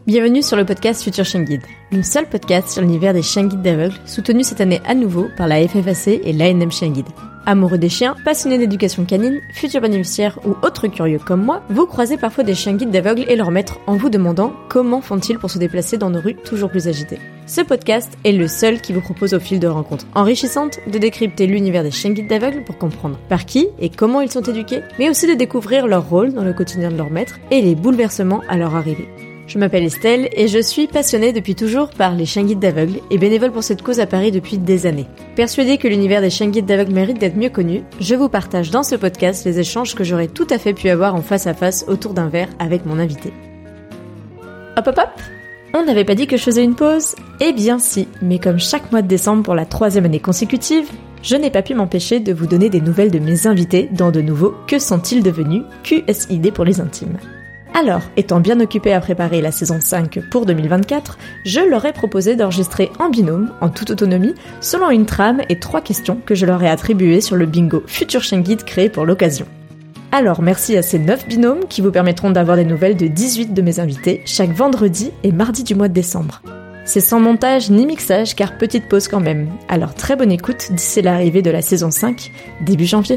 Bienvenue sur le podcast Futur Chien Guide, le seul podcast sur l'univers des chiens guides d'aveugles, soutenu cette année à nouveau par la FFAC et l'ANM Chien Guide. Amoureux des chiens, passionnés d'éducation canine, futurs bénéficiaires ou autres curieux comme moi, vous croisez parfois des chiens guides d'aveugles et leurs maîtres en vous demandant comment font-ils pour se déplacer dans nos rues toujours plus agitées. Ce podcast est le seul qui vous propose au fil de rencontres enrichissantes de décrypter l'univers des chiens guides d'aveugles pour comprendre par qui et comment ils sont éduqués, mais aussi de découvrir leur rôle dans le quotidien de leur maître et les bouleversements à leur arrivée. Je m'appelle Estelle et je suis passionnée depuis toujours par les chiens guides d'aveugles et bénévole pour cette cause à Paris depuis des années. Persuadée que l'univers des chiens guides d'aveugles mérite d'être mieux connu, je vous partage dans ce podcast les échanges que j'aurais tout à fait pu avoir en face à face autour d'un verre avec mon invité. Hop hop hop! On n'avait pas dit que je faisais une pause? Eh bien si, mais comme chaque mois de décembre pour la 3e année consécutive, je n'ai pas pu m'empêcher de vous donner des nouvelles de mes invités dans de nouveaux Que sont-ils devenus? QSID pour les intimes. Alors, étant bien occupée à préparer la saison 5 pour 2024, je leur ai proposé d'enregistrer en binôme, en toute autonomie, selon une trame et 3 questions que je leur ai attribuées sur le bingo Futur Chien Guide créé pour l'occasion. Alors merci à ces 9 binômes qui vous permettront d'avoir des nouvelles de 18 de mes invités chaque vendredi et mardi du mois de décembre. C'est sans montage ni mixage car petite pause quand même, alors très bonne écoute d'ici l'arrivée de la saison 5, début janvier.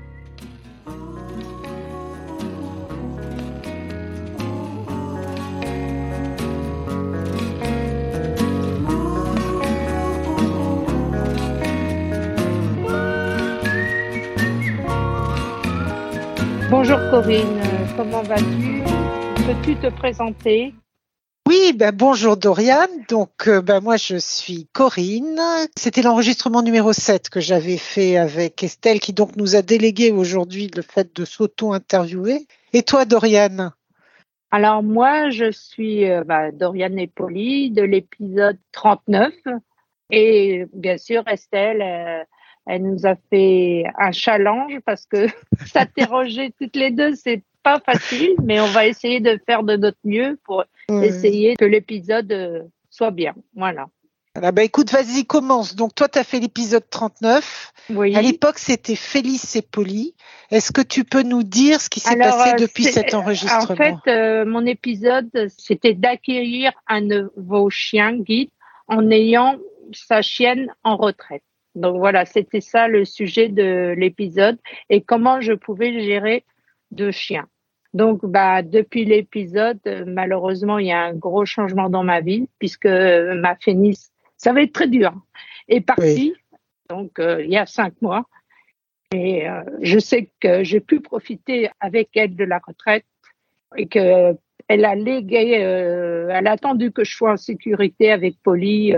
Bonjour Corinne, comment vas-tu? Peux-tu te présenter? Oui, bonjour Doriane. Donc, moi, je suis Corinne. C'était l'enregistrement numéro 7 que j'avais fait avec Estelle, qui donc nous a délégué aujourd'hui le fait de s'auto-interviewer. Et toi, Doriane? Alors, moi, je suis Doriane et Polly de l'épisode 39. Et bien sûr, Estelle, elle nous a fait un challenge parce que s'interroger toutes les deux, c'est pas facile, mais on va essayer de faire de notre mieux pour essayer que l'épisode soit bien. Voilà. Écoute, vas-y, commence. Donc, toi, tu as fait l'épisode 39. Oui. À l'époque, c'était Félix et Polly. Est-ce que tu peux nous dire ce qui s'est passé depuis cet enregistrement? En fait, mon épisode, c'était d'acquérir un nouveau chien guide en ayant sa chienne en retraite. Donc voilà, c'était ça le sujet de l'épisode et comment je pouvais gérer 2 chiens. Donc depuis l'épisode, malheureusement, il y a un gros changement dans ma vie puisque ma Phénix, ça va être très dur, est partie. Oui. Donc il y a 5 mois et je sais que j'ai pu profiter avec elle de la retraite et que elle a légué, elle a attendu que je sois en sécurité avec Polly.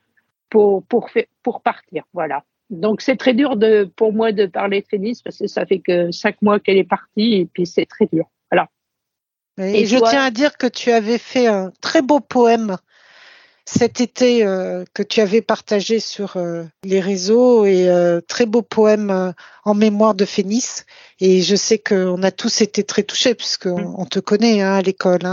Pour partir, voilà. Donc c'est très dur pour moi de parler de Phénix parce que ça fait que 5 mois qu'elle est partie et puis c'est très dur. Voilà. Et je tiens à dire que tu avais fait un très beau poème cet été que tu avais partagé sur les réseaux et très beau poème en mémoire de Phénix. Et je sais qu'on a tous été très touchés puisqu'on te connaît à l'école.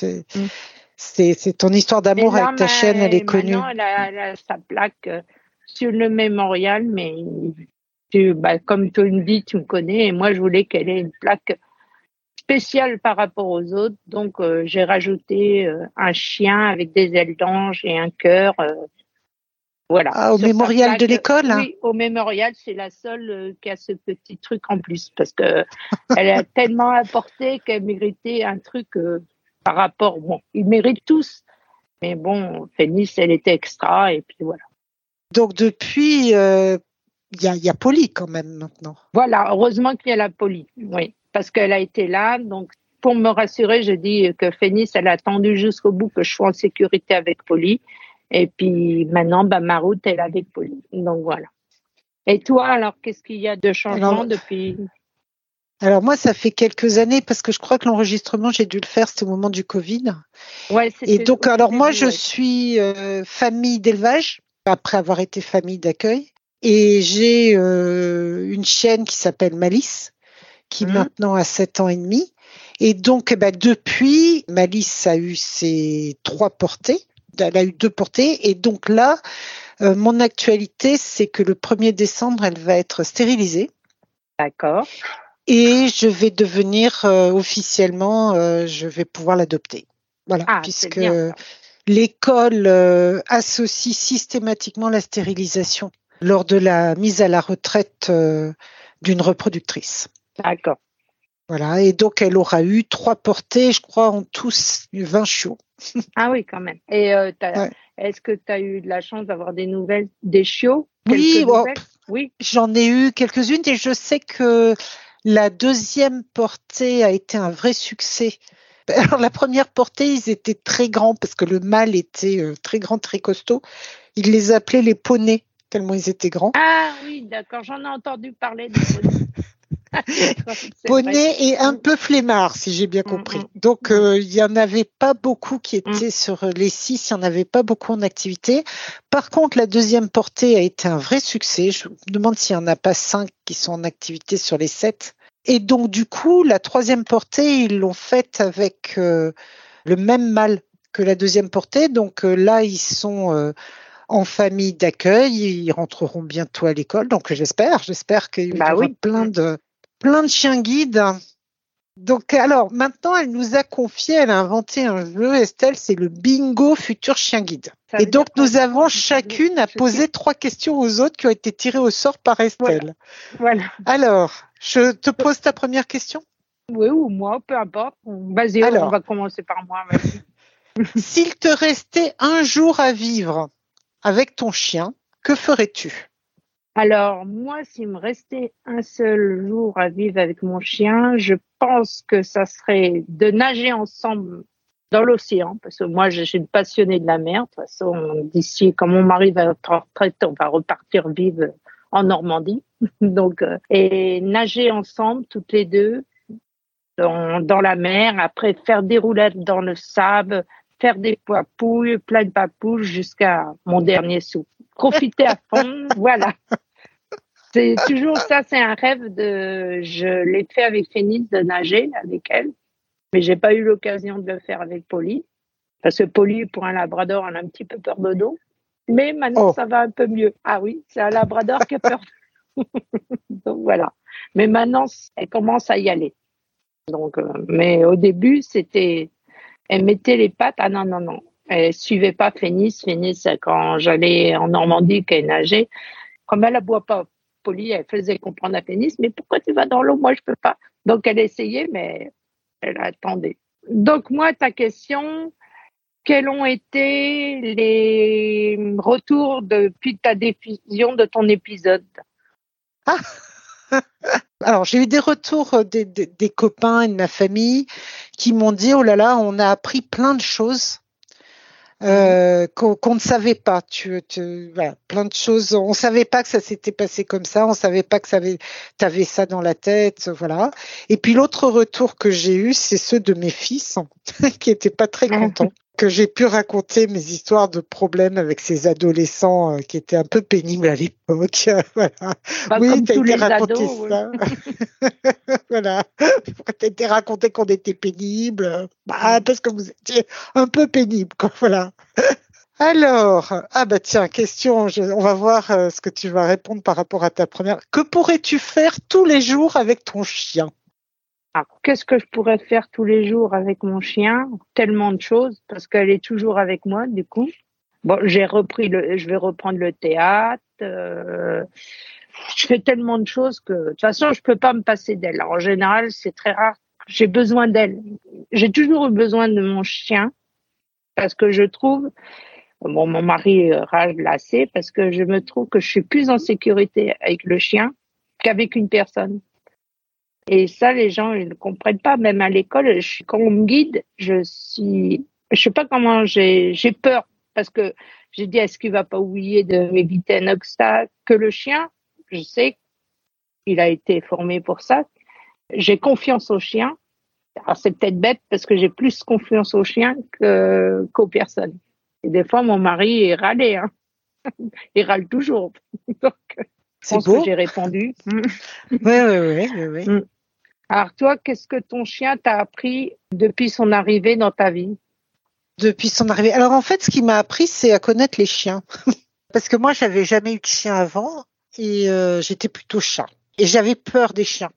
C'est ton histoire d'amour avec ta chienne, elle est connue. Maintenant, elle a sa plaque sur le mémorial, mais comme tu me dis, tu me connais, et moi, je voulais qu'elle ait une plaque spéciale par rapport aux autres. Donc, j'ai rajouté un chien avec des ailes d'ange et un cœur. Voilà. Ah, au mémorial de l'école? Oui, au mémorial, c'est la seule qui a ce petit truc en plus, parce que elle a tellement apporté qu'elle méritait un truc... par rapport, ils méritent tous, mais Phénix, elle était extra, et puis voilà. Donc depuis, il y a Polly quand même maintenant. Voilà, heureusement qu'il y a la Polly, oui, parce qu'elle a été là, donc pour me rassurer, je dis que Phénix, elle a attendu jusqu'au bout que je sois en sécurité avec Polly, et puis maintenant, ma route, elle est avec Polly, donc voilà. Et toi, alors, qu'est-ce qu'il y a de changement depuis... Alors moi, ça fait quelques années parce que je crois que l'enregistrement, j'ai dû le faire, c'était au moment du Covid. Ouais, et donc, moi, je suis famille d'élevage, après avoir été famille d'accueil. Et j'ai une chienne qui s'appelle Malice, qui maintenant a 7 ans et demi. Et donc, depuis, Malice a eu ses 3 portées. Elle a eu 2 portées. Et donc là, mon actualité, c'est que le 1er décembre, elle va être stérilisée. D'accord. Et je vais devenir officiellement, je vais pouvoir l'adopter. Voilà, Ah, c'est puisque bien ça. l'école associe systématiquement la stérilisation lors de la mise à la retraite d'une reproductrice. D'accord. Voilà, et donc elle aura eu 3 portées, je crois, en tous 20 chiots. Ah oui, quand même. Et Ouais. est-ce que tu as eu de la chance d'avoir des nouvelles des chiots? Oui, Quelques nouvelles? Oui. j'en ai eu quelques-unes et je sais que la deuxième portée a été un vrai succès. Alors la première portée, ils étaient très grands parce que le mâle était très grand, très costaud. Ils les appelaient les poneys tellement ils étaient grands. Ah oui, d'accord. J'en ai entendu parler des poneys. C'est vrai. Poney et un peu flemmard, si j'ai bien compris. Donc, il y en avait pas beaucoup qui étaient sur les 6, il y en avait pas beaucoup en activité. Par contre, la deuxième portée a été un vrai succès. Je me demande s'il y en a pas 5 qui sont en activité sur les 7. Et donc, du coup, la troisième portée, ils l'ont faite avec le même mâle que la deuxième portée. Donc là, ils sont en famille d'accueil. Ils rentreront bientôt à l'école. Donc, j'espère qu'il y Bah aura oui. plein de chiens guides. Donc, alors, maintenant, elle nous a confié, elle a inventé un jeu, Estelle, c'est le bingo futur chien guide. Ça Et veut donc, dire quoi? nous avons chacune à poser 3 questions aux autres qui ont été tirées au sort par Estelle. Voilà. Alors, je te pose ta première question. Oui, ou moi, peu importe. Vas-y, on Alors, va commencer par moi. Vas-y. s'il te restait un jour à vivre avec ton chien, que ferais-tu? Alors, moi, s'il me restait un seul jour à vivre avec mon chien, je pense que ça serait de nager ensemble dans l'océan, parce que moi, je suis une passionnée de la mer. De toute façon, d'ici, quand mon mari va être en retraite, on va repartir vivre en Normandie. Donc, et nager ensemble, toutes les deux, dans la mer, après faire des roulades dans le sable, faire des papouilles, plein de papouilles jusqu'à mon dernier sou. Profiter à fond, voilà. C'est toujours ça, c'est un rêve je l'ai fait avec Phénix de nager avec elle, mais j'ai pas eu l'occasion de le faire avec Polly, parce que Polly, pour un labrador, elle a un petit peu peur de l'eau. Mais maintenant, Oh, ça va un peu mieux. Ah oui, c'est un labrador qui a peur. Donc voilà. Mais maintenant, elle commence à y aller. Donc, mais au début, elle mettait les pattes. Ah non, non, non. Elle suivait pas Phénix. Phénix, quand j'allais en Normandie, qu'elle nageait, comme elle ne boit pas, Polly, elle faisait comprendre à Phénix, mais pourquoi tu vas dans l'eau? Moi, je peux pas. Donc, elle essayait, mais elle attendait. Donc, moi, ta question, quels ont été les retours depuis ta diffusion de ton épisode? alors j'ai eu des retours des copains et de ma famille qui m'ont dit, oh là là, on a appris plein de choses. Qu'on ne savait pas. Voilà, plein de choses. On savait pas que ça s'était passé comme ça. On savait pas que t'avais ça dans la tête. Voilà. Et puis l'autre retour que j'ai eu, c'est ceux de mes fils qui étaient pas très contents. Que j'ai pu raconter mes histoires de problèmes avec ces adolescents qui étaient un peu pénibles à l'époque. Voilà. Bah, Oui, comme t'as tous été les raconté ados. ça. Voilà. T'as été raconté qu'on était pénibles. Bah, parce que vous étiez un peu pénible, quoi. Voilà. Alors, ah bah tiens, question, on va voir ce que tu vas répondre par rapport à ta première. Que pourrais-tu faire tous les jours avec ton chien? Alors, qu'est-ce que je pourrais faire tous les jours avec mon chien? Tellement de choses, parce qu'elle est toujours avec moi, du coup. Bon, je vais reprendre le théâtre. Je fais tellement de choses que, de toute façon, je peux pas me passer d'elle. Alors, en général, c'est très rare. J'ai besoin d'elle. J'ai toujours eu besoin de mon chien, parce que je trouve, bon, mon mari rage lassé, parce que je me trouve que je suis plus en sécurité avec le chien qu'avec une personne. Et ça, les gens, ils ne comprennent pas. Même à l'école, quand on me guide, je sais pas comment, j'ai peur parce que j'ai dit, est-ce qu'il va pas oublier de m'éviter un obstacle que le chien? Je sais qu'il a été formé pour ça. J'ai confiance au chien. Alors, c'est peut-être bête parce que j'ai plus confiance au chien qu'aux personnes. Et des fois, mon mari est râlé, hein. Il râle toujours. Donc, je C'est pense que beau. j'ai répondu. Oui. Alors toi, qu'est-ce que ton chien t'a appris depuis son arrivée dans ta vie? Depuis son arrivée. Alors en fait, ce qui m'a appris, c'est à connaître les chiens. Parce que moi, j'avais jamais eu de chien avant et j'étais plutôt chat. Et j'avais peur des chiens.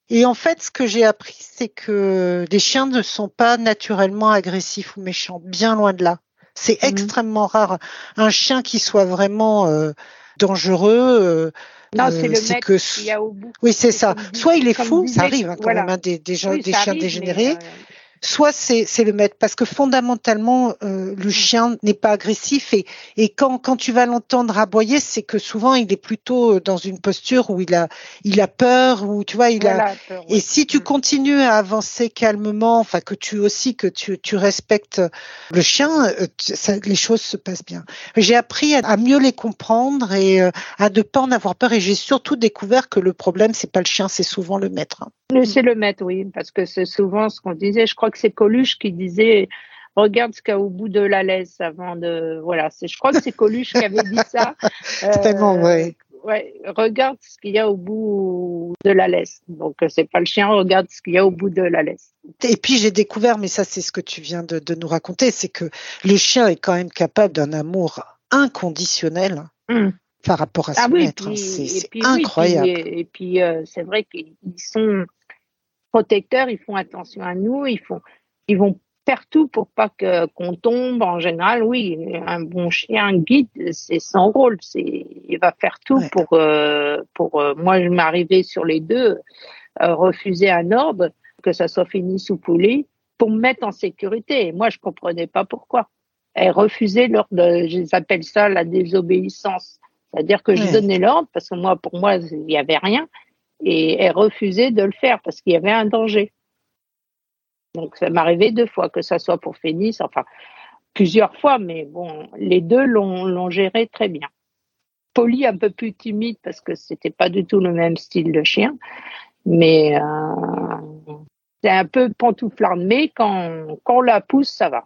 Et en fait, ce que j'ai appris, c'est que les chiens ne sont pas naturellement agressifs ou méchants, bien loin de là. C'est extrêmement rare. Un chien qui soit vraiment dangereux, Non, c'est le c'est maître que... qu'il y a au bout. Oui, c'est ça. Comme Soit il est comme fou, ça disait, arrive quand voilà. même, des Oui, ça chiens arrive, dégénérés. Soit c'est le maître, parce que fondamentalement le chien n'est pas agressif et quand tu vas l'entendre aboyer, c'est que souvent il est plutôt dans une posture où il a peur, ou tu vois voilà, peur, et oui. si tu continues à avancer calmement, enfin que tu respectes le chien, les choses se passent bien. J'ai appris à mieux les comprendre et à ne pas en avoir peur, et j'ai surtout découvert que le problème c'est pas le chien, c'est souvent le maître. C'est le maître, oui, parce que c'est souvent ce qu'on disait. Je crois que c'est Coluche qui disait regarde ce qu'il y a au bout de la laisse avant de. Voilà, je crois que c'est Coluche qui avait dit ça. C'est tellement vrai. Ouais, regarde ce qu'il y a au bout de la laisse. Donc, c'est pas le chien, regarde ce qu'il y a au bout de la laisse. Et puis j'ai découvert, mais ça c'est ce que tu viens de nous raconter, c'est que le chien est quand même capable d'un amour inconditionnel par rapport à son maître. C'est incroyable. Et puis, c'est vrai qu'ils sont protecteurs, ils font attention à nous, ils vont faire tout pour pas qu'on tombe. En général, oui, un bon chien guide, c'est son rôle, il va faire tout pour moi, je m'arrivais sur les deux, refuser un ordre, que ça soit fini sous poulie, pour me mettre en sécurité. Et moi, je comprenais pas pourquoi. Et refuser l'ordre, j'appelle ça la désobéissance. C'est-à-dire que je donnais l'ordre parce que pour moi, il n'y avait rien, et elle refusait de le faire parce qu'il y avait un danger. Donc, ça m'arrivait 2 fois, que ça soit pour Phénix, enfin, plusieurs fois, mais bon, les deux l'ont géré très bien. Polly, un peu plus timide parce que c'était pas du tout le même style de chien, mais c'est un peu pantouflarde, mais quand on la pousse, ça va.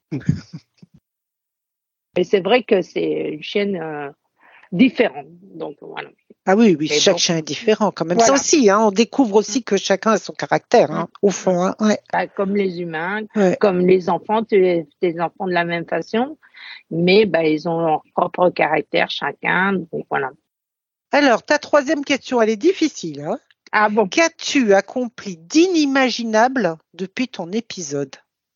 Et c'est vrai que c'est une chienne différente, donc voilà. Ah oui, chaque chien est différent quand même. Voilà. Ça aussi, on découvre aussi que chacun a son caractère, au fond. Comme les humains, comme les enfants, tes enfants de la même façon, mais ils ont leur propre caractère chacun, donc voilà. Alors, ta troisième question, elle est difficile. Ah bon? Qu'as-tu accompli d'inimaginable depuis ton épisode?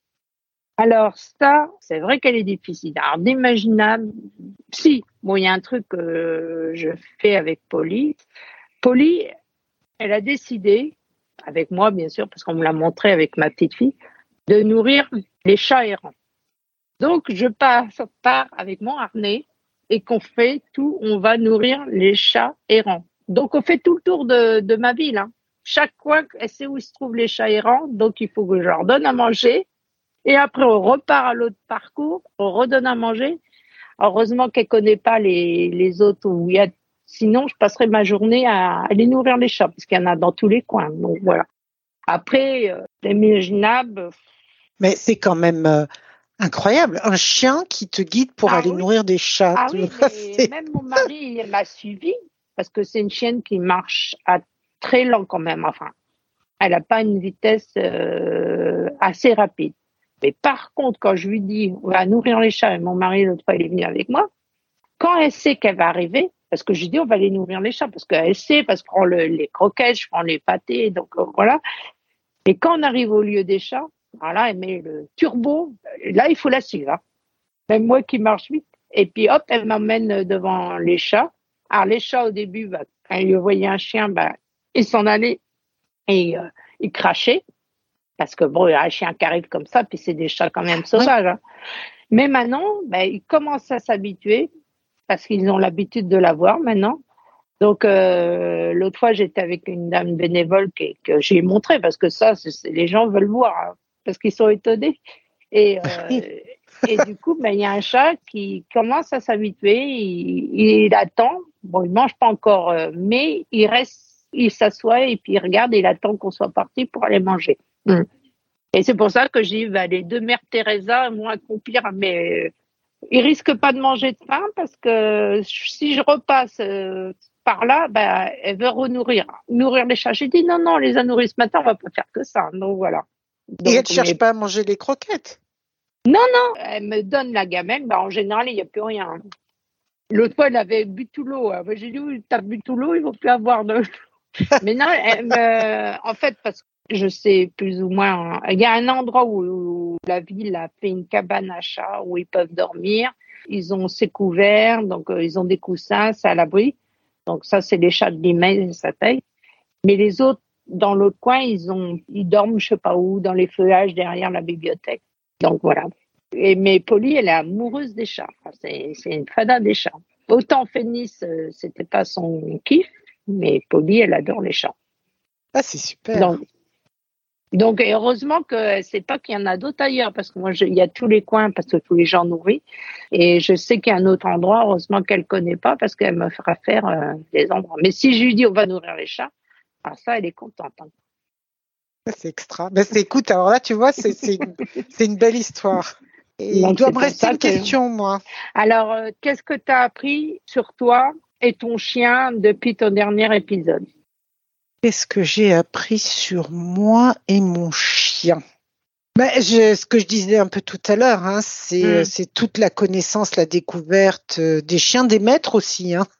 Alors ça, c'est vrai qu'elle est difficile. Alors d'imaginable, si. Bon, il y a un truc que je fais avec Polly. Polly, elle a décidé, avec moi bien sûr, parce qu'on me l'a montré avec ma petite fille, de nourrir les chats errants. Donc je pars avec mon harnais et qu'on fait tout, on va nourrir les chats errants. Donc on fait tout le tour de ma ville. Chaque coin, elle sait où se trouvent les chats errants, donc il faut que je leur donne à manger. Et après, on repart à l'autre parcours, on redonne à manger. Heureusement qu'elle connaît pas les autres où il y a. Sinon, je passerai ma journée à aller nourrir les chats, parce qu'il y en a dans tous les coins. Donc voilà. Après, l'imaginable. Mais c'est quand même incroyable, un chien qui te guide pour aller nourrir des chats. Ah oui, mais même mon mari m'a suivi, parce que c'est une chienne qui marche à très lent quand même. Enfin, elle n'a pas une vitesse assez rapide. Mais par contre, quand je lui dis, on va nourrir les chats, et mon mari, l'autre fois, il est venu avec moi, quand elle sait qu'elle va arriver, parce que je lui dis, on va aller nourrir les chats, parce qu'elle sait, parce que je prends les croquettes, je prends les pâtés, donc voilà. Et quand on arrive au lieu des chats, voilà, elle met le turbo, là, il faut la suivre. Même moi qui marche vite. Et puis, hop, elle m'emmène devant les chats. Alors, les chats, au début, quand ils voyaient un chien, ils s'en allaient et ils crachaient. Parce que bon, il y a un chien qui arrive comme ça, puis c'est des chats quand même sauvages. Mais maintenant, ils commencent à s'habituer parce qu'ils ont l'habitude de la voir maintenant. Donc, l'autre fois, j'étais avec une dame bénévole que j'ai montré parce que ça, les gens veulent voir parce qu'ils sont étonnés. Et du coup, il y a un chat qui commence à s'habituer. Il attend. Bon, il mange pas encore, mais il reste, il s'assoit et puis il regarde et il attend qu'on soit parti pour aller manger. Et c'est pour ça que j'ai les deux mères Teresa vont accomplir, mais ils risquent pas de manger de faim parce que si je repasse par là, elle veut nourrir les chats. J'ai dit non, les a nourris ce matin, on va pas faire que ça. Donc voilà. Et elle ne cherche pas à manger les croquettes? Non, elle me donne la gamelle. En général, il n'y a plus rien. L'autre fois, elle avait bu tout l'eau. J'ai dit oui, t'as bu tout l'eau, il ne faut plus avoir de. Mais non, en fait, parce que je sais plus ou moins, il y a un endroit où la ville a fait une cabane à chats où ils peuvent dormir. Ils ont ses couverts, donc ils ont des coussins, c'est à l'abri. Donc ça, c'est les chats de Limay, ça paye. Mais les autres, dans l'autre coin, ils dorment, je sais pas où, dans les feuillages derrière la bibliothèque. Donc voilà. Mais Polly, elle est amoureuse des chats. Enfin, c'est une fada des chats. Autant Phénis, c'était pas son kiff, mais Polly, elle adore les chats. Ah, c'est super. Donc heureusement que c'est pas qu'il y en a d'autres ailleurs, parce que moi, il y a tous les coins, parce que tous les gens nourris. Et je sais qu'il y a un autre endroit, heureusement qu'elle connaît pas, parce qu'elle me fera faire des endroits. Mais si je lui dis, on va nourrir les chats, ça, elle est contente. Hein. C'est extra. Ben, écoute, alors là, tu vois, c'est une belle histoire. Et donc, il doit me rester une question, moi. Alors, qu'est-ce que tu as appris sur toi et ton chien depuis ton dernier épisode? Qu'est-ce que j'ai appris sur moi et mon chien? Ce que je disais un peu tout à l'heure, hein, c'est toute la connaissance, la découverte des chiens, des maîtres aussi. Hein.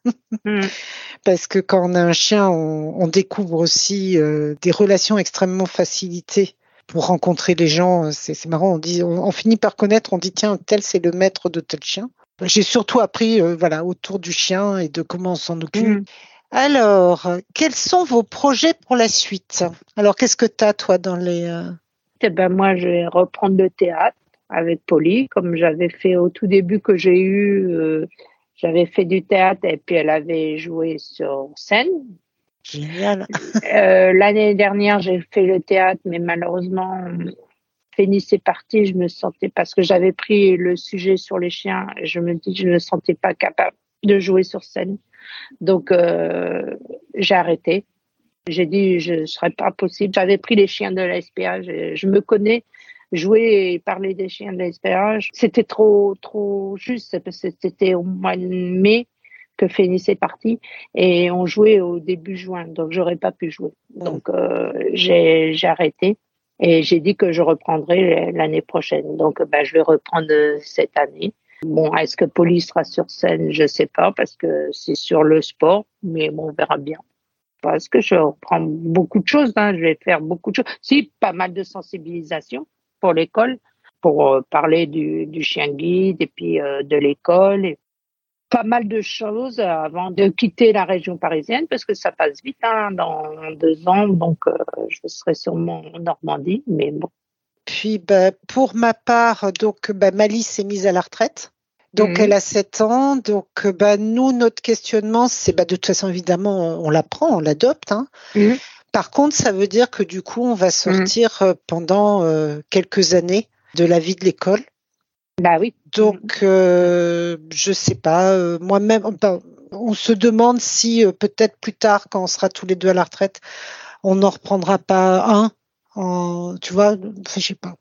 Parce que quand on a un chien, on découvre aussi des relations extrêmement facilitées pour rencontrer les gens. C'est marrant, on finit par connaître, on dit tiens, tel c'est le maître de tel chien. J'ai surtout appris autour du chien et de comment on s'en occupe. Alors, quels sont vos projets pour la suite? Alors, qu'est-ce que tu as, toi, dans les... Moi, je vais reprendre le théâtre avec Polly, comme j'avais fait au tout début que j'ai eu. J'avais fait du théâtre et puis elle avait joué sur scène. Génial. L'année dernière, j'ai fait le théâtre, mais malheureusement, Phénis est partie. Je me sentais, parce que j'avais pris le sujet sur les chiens, et je me dis que je ne me sentais pas capable de jouer sur scène. Donc, j'ai arrêté. J'ai dit, je ne serais pas possible. J'avais pris les chiens de la SPA. Je me connais. Jouer et parler des chiens de la SPA, c'était trop juste. Parce que c'était au mois de mai que Phénis est parti. Et on jouait au début juin. Donc, j'aurais pas pu jouer. Donc, j'ai arrêté. Et j'ai dit que je reprendrai l'année prochaine. Donc, je vais reprendre cette année. Bon, est-ce que Polly sera sur scène? Je sais pas, parce que c'est sur le sport, mais bon, on verra bien. Parce que je reprends beaucoup de choses, hein. Je vais faire beaucoup de choses. Si, pas mal de sensibilisation pour l'école, pour parler du chien guide et puis de l'école. Et pas mal de choses avant de quitter la région parisienne, parce que ça passe vite, hein, dans 2 ans. Donc, je serai sûrement en Normandie, mais bon. Puis, pour ma part, donc, Malice est mise à la retraite. Donc, elle a 7 ans. Donc, nous, notre questionnement, c'est, de toute façon, évidemment, on la prend, on l'adopte. Hein. Par contre, ça veut dire que du coup, on va sortir pendant quelques années de la vie de l'école. Bah oui. Donc, je sais pas, moi-même, on se demande si peut-être plus tard, quand on sera tous les deux à la retraite, on n'en reprendra pas tu vois, je sais pas,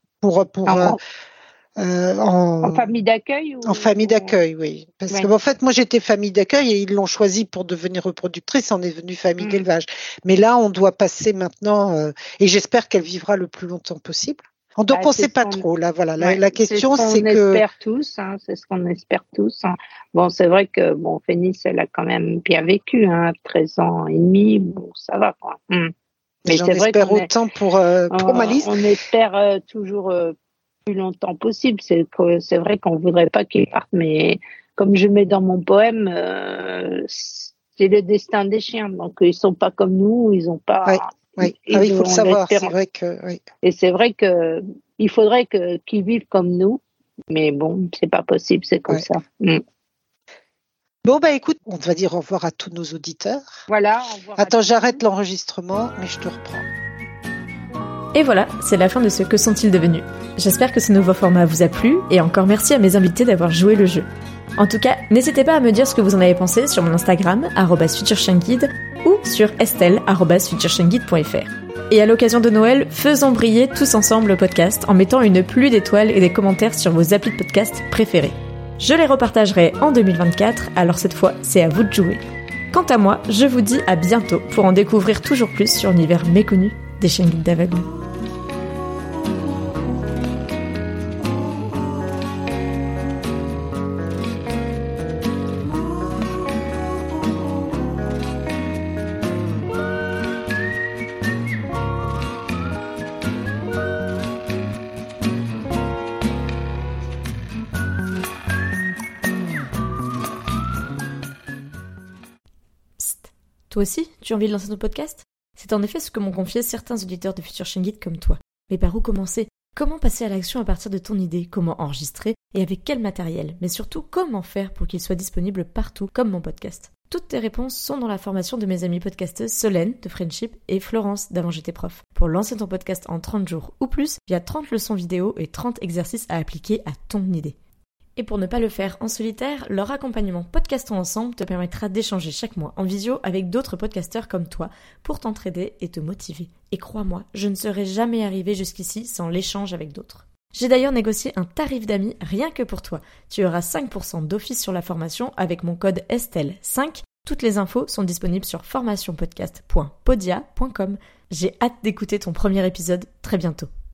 en famille d'accueil En famille d'accueil, oui. Parce que, en fait, moi, j'étais famille d'accueil et ils l'ont choisi pour devenir reproductrice. On est devenu famille d'élevage. Mais là, on doit passer maintenant, et j'espère qu'elle vivra le plus longtemps possible. Donc, on ne sait pas trop. Là, voilà. La question, c'est que... C'est ce qu'on espère tous. Hein. Bon, c'est vrai que, Phénis, elle a quand même bien vécu, 13 ans et demi. Bon, ça va, quoi. Mais j'en espère autant pour Malice. On espère toujours plus longtemps possible. C'est vrai qu'on voudrait pas qu'ils partent, mais comme je mets dans mon poème, c'est le destin des chiens. Donc ils sont pas comme nous, ils ont pas. Oui, il faut le savoir. C'est vrai que. Oui. Et c'est vrai que il faudrait qu'ils vivent comme nous, mais bon, c'est pas possible, c'est comme ça. Bon, écoute, on va dire au revoir à tous nos auditeurs. Voilà. Au revoir. Attends, j'arrête l'enregistrement, mais je te reprends. Et voilà, c'est la fin de ce Que sont-ils devenus. J'espère que ce nouveau format vous a plu, et encore merci à mes invités d'avoir joué le jeu. En tout cas, n'hésitez pas à me dire ce que vous en avez pensé sur mon Instagram, @futurchienguide, ou sur estelle@futurchienguide.fr. Et à l'occasion de Noël, faisons briller tous ensemble le podcast en mettant une pluie d'étoiles et des commentaires sur vos applis de podcast préférés. Je les repartagerai en 2024, alors cette fois, c'est à vous de jouer. Quant à moi, je vous dis à bientôt pour en découvrir toujours plus sur l'univers méconnu des chiens guides d'aveugles. Toi aussi, tu as envie de lancer ton podcast ? C'est en effet ce que m'ont confié certains auditeurs de Futur Chien Guide comme toi. Mais par où commencer ? Comment passer à l'action à partir de ton idée ? Comment enregistrer ? Et avec quel matériel ? Mais surtout, comment faire pour qu'il soit disponible partout, comme mon podcast ? Toutes tes réponses sont dans la formation de mes amies podcasteuses Solène de Friendship et Florence d'Avant j'étais prof. Pour lancer ton podcast en 30 jours ou plus, via 30 leçons vidéo et 30 exercices à appliquer à ton idée. Et pour ne pas le faire en solitaire, leur accompagnement Podcastons Ensemble te permettra d'échanger chaque mois en visio avec d'autres podcasteurs comme toi pour t'entraider et te motiver. Et crois-moi, je ne serais jamais arrivée jusqu'ici sans l'échange avec d'autres. J'ai d'ailleurs négocié un tarif d'amis rien que pour toi. Tu auras 5% d'office sur la formation avec mon code Estelle5. Toutes les infos sont disponibles sur formationpodcast.podia.com. J'ai hâte d'écouter ton premier épisode très bientôt.